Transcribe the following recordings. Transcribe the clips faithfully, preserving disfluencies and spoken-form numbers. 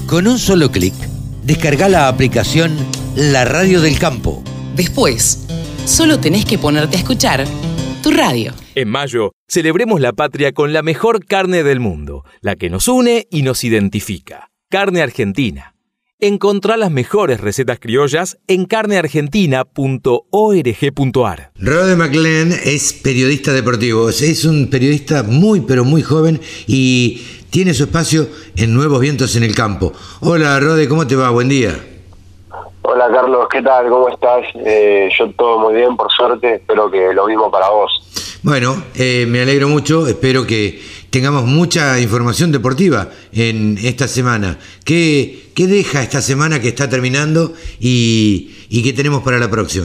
Con un solo clic, descarga la aplicación La Radio del Campo. Después, solo tenés que ponerte a escuchar tu radio. En mayo, celebremos la patria con la mejor carne del mundo, la que nos une y nos identifica. Carne Argentina. Encontrá las mejores recetas criollas en carne argentina punto org punto ar. Rode McLean es periodista deportivo, es un periodista muy pero muy joven y tiene su espacio en Nuevos Vientos en el Campo. Hola Rode, ¿cómo te va? Buen día. Hola Carlos, ¿qué tal? ¿Cómo estás? Eh, yo todo muy bien, por suerte, espero que lo mismo para vos. Bueno, eh, me alegro mucho, espero que tengamos mucha información deportiva en esta semana. ¿Qué, qué deja esta semana que está terminando y, y qué tenemos para la próxima?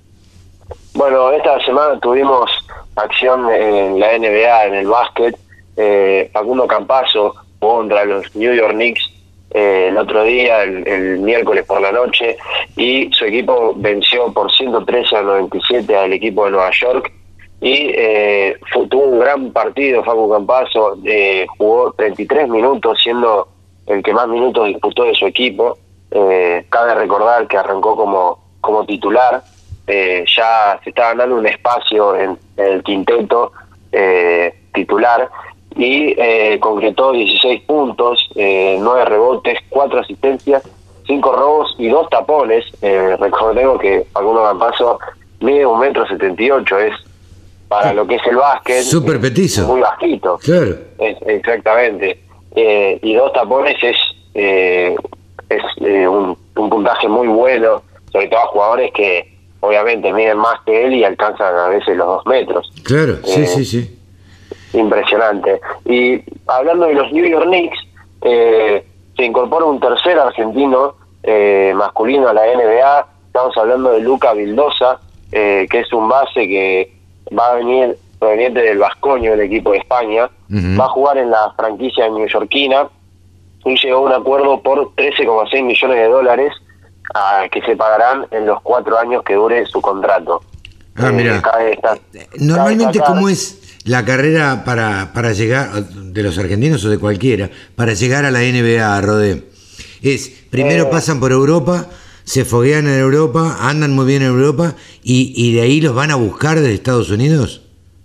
Bueno, esta semana tuvimos acción en la N B A, en el básquet. Eh, Facundo Campazzo jugó contra los New York Knicks eh, el otro día, el, el miércoles por la noche, y su equipo venció por ciento trece a noventa y siete al equipo de Nueva York. Y eh, fue, tuvo un gran partido Facu Campazzo, eh, jugó treinta y tres minutos, siendo el que más minutos disputó de su equipo. Eh, cabe recordar que arrancó como, como titular, eh, ya se está ganando un espacio en, en el quinteto eh, titular, y eh, concretó dieciséis puntos, eh, nueve rebotes, cuatro asistencias, cinco robos y dos tapones. Eh, recordemos que Facundo Campazzo mide un metro setenta y ocho, es para lo que es el básquet, súper petizo, muy bajito. Claro. Es, exactamente. Eh, y dos tapones es eh, es eh, un, un puntaje muy bueno, sobre todo a jugadores que obviamente miden más que él y alcanzan a veces los dos metros. Claro, sí, eh, sí, sí. Impresionante. Y hablando de los New York Knicks, eh, se incorpora un tercer argentino eh, masculino a la N B A. Estamos hablando de Luca Vildosa, eh, que es un base que va a venir proveniente del Baskonia, del equipo de España. Uh-huh. Va a jugar en la franquicia neoyorquina y llegó a un acuerdo por trece coma seis millones de dólares a, que se pagarán en los cuatro años que dure su contrato. Ah, eh, mira, estar, normalmente ¿cómo es la carrera para, para llegar, de los argentinos o de cualquiera, para llegar a la N B A, Rodé? Es, primero eh, pasan por Europa, se foguean en Europa, andan muy bien en Europa y, y de ahí los van a buscar desde Estados Unidos.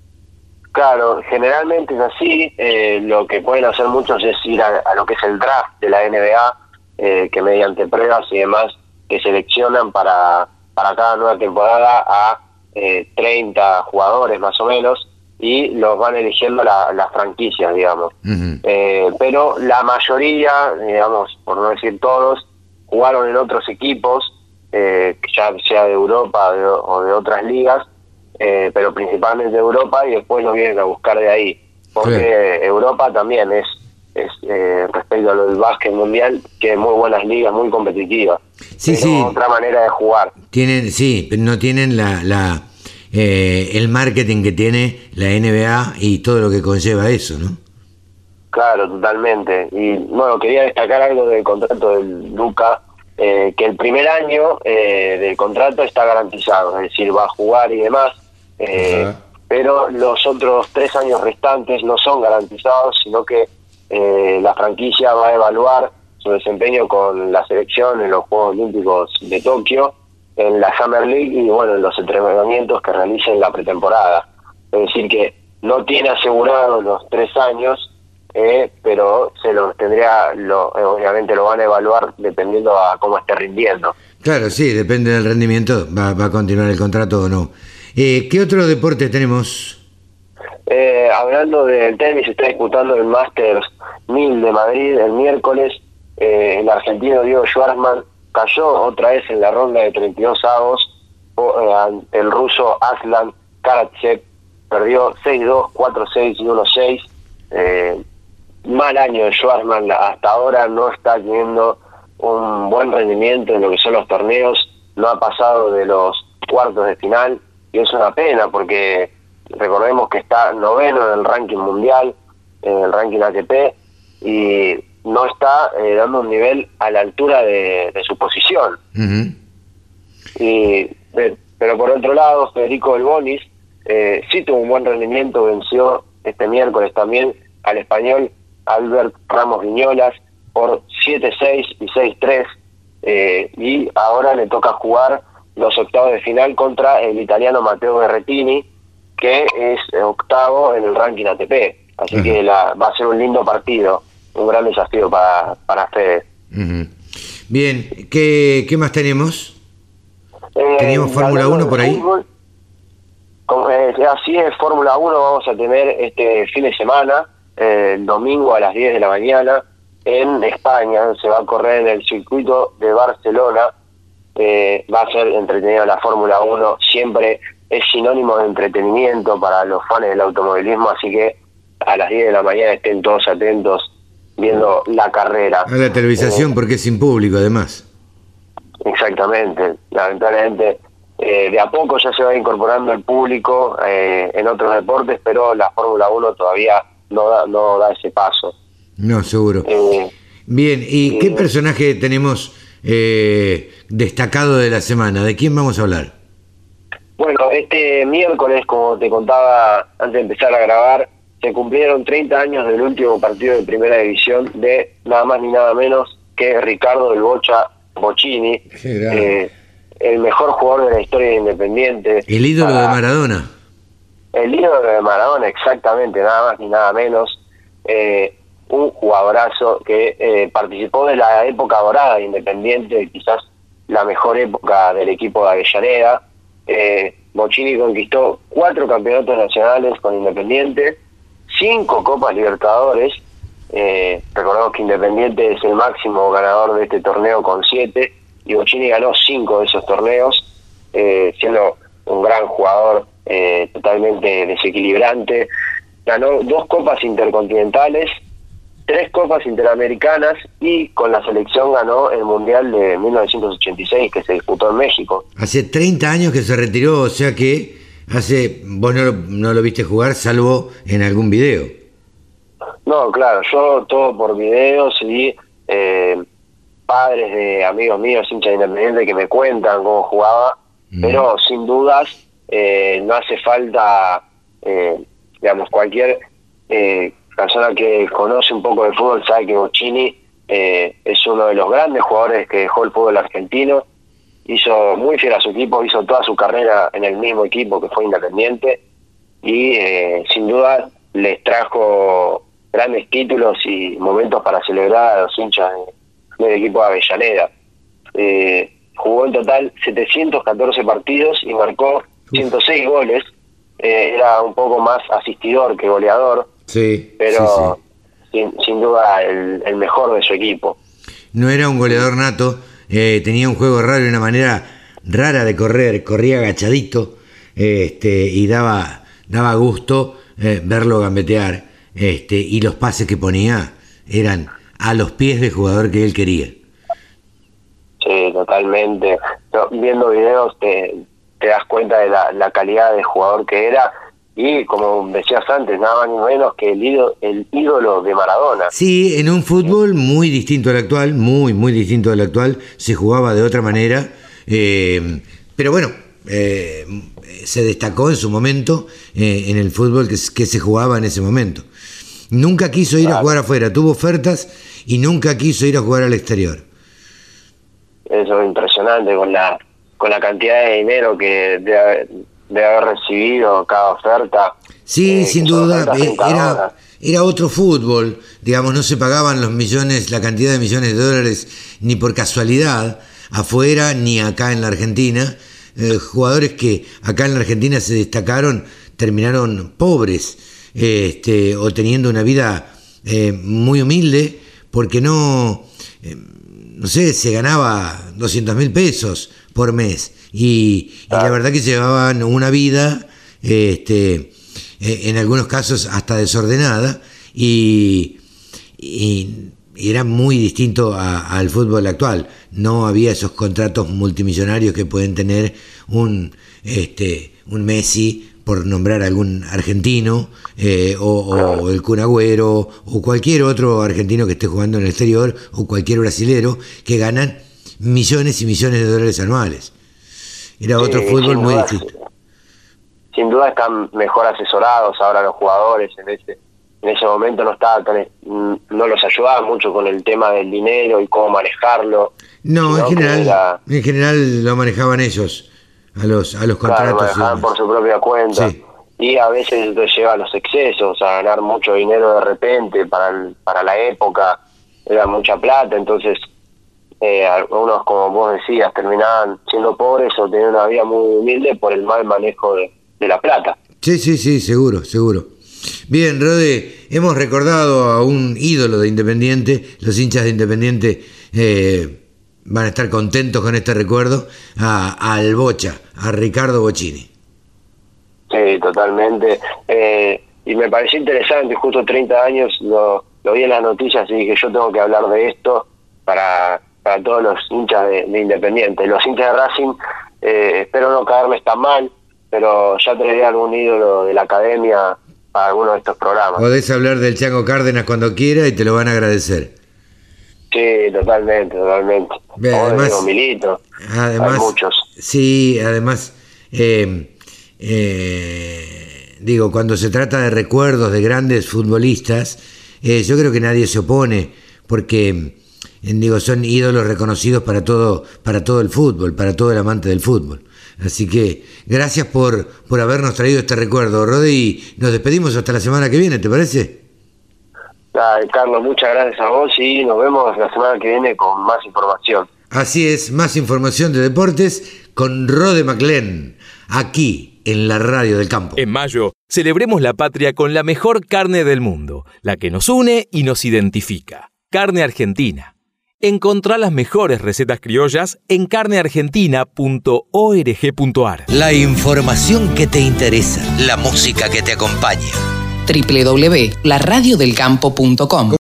Claro, generalmente es así. Eh, lo que pueden hacer muchos es ir a, a lo que es el draft de la N B A, eh, que mediante pruebas y demás que seleccionan para, para cada nueva temporada a eh, treinta jugadores más o menos, y los van eligiendo las la franquicias, digamos. Uh-huh. Eh, pero la mayoría, digamos, por no decir todos, jugaron en otros equipos, eh, ya sea de Europa de, o de otras ligas, eh, pero principalmente de Europa, y después los vienen a buscar de ahí, porque sí. Europa también es, es eh, respecto a lo del básquet mundial, que es muy buenas ligas, muy competitivas. Sí, sí. Otra manera de jugar. Tienen, sí, pero no tienen la, la eh, el marketing que tiene la N B A y todo lo que conlleva eso, ¿no? Claro, totalmente. Y bueno, quería destacar algo del contrato de Luca, eh, que el primer año eh, del contrato está garantizado, es decir, va a jugar y demás, eh, uh-huh. pero los otros tres años restantes no son garantizados, sino que eh, la franquicia va a evaluar su desempeño con la selección en los Juegos Olímpicos de Tokio, en la Summer League y bueno, en los entrenamientos que realicen en la pretemporada. Es decir, que no tiene asegurado los tres años, Eh, pero se lo tendría, lo, eh, obviamente lo van a evaluar dependiendo a cómo esté rindiendo. Claro, sí, depende del rendimiento, va, va a continuar el contrato o no. Eh, ¿Qué otro deporte tenemos? Eh, hablando del tenis, se está disputando el Masters mil de Madrid el miércoles. Eh, el argentino Diego Schwartzman cayó otra vez en la ronda de treinta y dos avos. Eh, el ruso Aslan Karatsev perdió seis dos, cuatro seis y uno seis. Eh, mal año de Schwartzman, hasta ahora no está teniendo un buen rendimiento en lo que son los torneos, no ha pasado de los cuartos de final, y es una pena porque recordemos que está noveno en el ranking mundial, en el ranking A T P, y no está eh, dando un nivel a la altura de, de su posición. Uh-huh. Y, pero por otro lado, Federico Delbonis eh, sí tuvo un buen rendimiento, venció este miércoles también al español Albert Ramos Viñolas por siete seis y seis tres, eh, y ahora le toca jugar los octavos de final contra el italiano Matteo Berrettini, que es octavo en el ranking A T P. Así uh-huh. que la, va a ser un lindo partido, un gran desafío para, para Fede. Uh-huh. Bien, ¿qué, qué más tenemos? Eh, ¿Teníamos Fórmula uno por ahí? Fútbol, como, eh, así es, Fórmula uno vamos a tener este fin de semana, eh, el domingo a las diez de la mañana, en España. Se va a correr en el circuito de Barcelona. Eh, va a ser entretenida la Fórmula uno, siempre es sinónimo de entretenimiento para los fans del automovilismo, así que a las diez de la mañana estén todos atentos viendo la carrera. A la televisación, eh, porque es sin público además. Exactamente, lamentablemente eh, de a poco ya se va incorporando el público eh, en otros deportes, pero la Fórmula uno todavía no da, no da ese paso. No, seguro. Eh, Bien, ¿y eh, qué personaje tenemos eh, destacado de la semana? ¿De quién vamos a hablar? Bueno, este miércoles, como te contaba antes de empezar a grabar, se cumplieron treinta años del último partido de Primera División de nada más ni nada menos que Ricardo del Bocha Bochini, eh, el mejor jugador de la historia de Independiente. El ídolo para, de Maradona. El ídolo de Maradona, exactamente, nada más ni nada menos. Eh, un jugadorazo que eh, participó de la época dorada de Independiente, quizás la mejor época del equipo de Avellaneda. Eh, Bochini conquistó cuatro campeonatos nacionales con Independiente, cinco Copas Libertadores. Eh, recordemos que Independiente es el máximo ganador de este torneo con siete, y Bochini ganó cinco de esos torneos, eh, siendo un gran jugador, eh, totalmente desequilibrante. Ganó dos Copas Intercontinentales, tres Copas Interamericanas, y con la selección ganó el Mundial de mil novecientos ochenta y seis, que se disputó en México. Hace treinta años que se retiró, o sea que hace vos no lo, no lo viste jugar, salvo en algún video. No, claro, yo todo por videos y eh, padres de amigos míos, hinchas de Independiente, que me cuentan cómo jugaba, mm. pero sin dudas eh, no hace falta, eh, digamos, cualquier eh, persona que conoce un poco de fútbol sabe que Bochini eh, es uno de los grandes jugadores que dejó el fútbol argentino. Hizo muy fiel a su equipo, hizo toda su carrera en el mismo equipo que fue Independiente, y eh, sin duda les trajo grandes títulos y momentos para celebrar a los hinchas de, del equipo de Avellaneda. Eh, jugó en total setecientos catorce partidos y marcó ciento seis goles. Eh, era un poco más asistidor que goleador, sí, pero sí, sí. Sin, sin duda el, el mejor de su equipo. No era un goleador nato, eh, tenía un juego raro y una manera rara de correr, corría agachadito, eh, este, y daba, daba gusto eh, verlo gambetear. Este, y los pases que ponía eran a los pies del jugador que él quería. Sí, totalmente. No, viendo videos te, te das cuenta de la, la calidad de jugador que era, y como decías antes, nada más ni menos que el ídolo, el ídolo de Maradona. Sí, en un fútbol muy distinto al actual, muy, muy distinto al actual, se jugaba de otra manera, eh, pero bueno, eh, se destacó en su momento eh, en el fútbol que, que se jugaba en ese momento. Nunca quiso ir claro. a jugar afuera, tuvo ofertas y nunca quiso ir a jugar al exterior. Eso es impresionante, con la con la cantidad de dinero que debe haber, debe haber recibido cada oferta. Sí, eh, sin duda, eh, era, era otro fútbol, digamos, no se pagaban los millones, la cantidad de millones de dólares ni por casualidad, afuera ni acá en la Argentina. Eh, jugadores que acá en la Argentina se destacaron terminaron pobres. Este, o teniendo una vida eh, muy humilde, porque no, eh, no sé, se ganaba doscientos mil pesos por mes, y, y la verdad que llevaban una vida, este, eh, en algunos casos hasta desordenada, y, y, y era muy distinto a, al fútbol actual. No había esos contratos multimillonarios que pueden tener un, este, un Messi, por nombrar algún argentino, eh, o, o el Kun Agüero, o cualquier otro argentino que esté jugando en el exterior, o cualquier brasilero, que ganan millones y millones de dólares anuales. Era otro sí, fútbol muy distinto. Sin duda están mejor asesorados ahora los jugadores en ese en ese momento no estaba tan, no los ayudaba mucho con el tema del dinero y cómo manejarlo. No, en general, era, en general lo manejaban ellos, a los a los contratos. Claro, manejaban por su propia cuenta. Sí. Y a veces esto lleva a los excesos, a ganar mucho dinero de repente para el, para la época, era mucha plata, entonces eh, algunos, como vos decías, terminaban siendo pobres o tenían una vida muy humilde por el mal manejo de, de la plata. Sí, sí, sí, seguro, seguro. Bien, Rode, hemos recordado a un ídolo de Independiente, los hinchas de Independiente eh, van a estar contentos con este recuerdo, a, al Bocha, a Ricardo Bocchini. Sí, totalmente. Eh, y me pareció interesante, justo treinta años lo, lo vi en las noticias y dije, yo tengo que hablar de esto para, para todos los hinchas de, de Independiente. Los hinchas de Racing, eh, espero no caerles tan mal, pero ya traeré algún ídolo de la academia para alguno de estos programas. Podés hablar del Chango Cárdenas cuando quiera y te lo van a agradecer. Sí, totalmente, totalmente. Bien, además, digo, Milito, además, hay muchos. Sí, además, eh, eh, digo, cuando se trata de recuerdos de grandes futbolistas, eh, yo creo que nadie se opone, porque eh, digo, son ídolos reconocidos para todo, para todo el fútbol, para todo el amante del fútbol. Así que gracias por, por habernos traído este recuerdo, Rode, y nos despedimos hasta la semana que viene, ¿te parece? Ay, Carlos, muchas gracias a vos y nos vemos la semana que viene con más información. Así es, más información de deportes con Rode McLean, aquí en la Radio del Campo. En mayo, celebremos la patria con la mejor carne del mundo, la que nos une y nos identifica. Carne Argentina. Encontrá las mejores recetas criollas en carne argentina punto org punto ar. La información que te interesa, la música que te acompaña. doble u doble u doble u punto la radio del campo punto com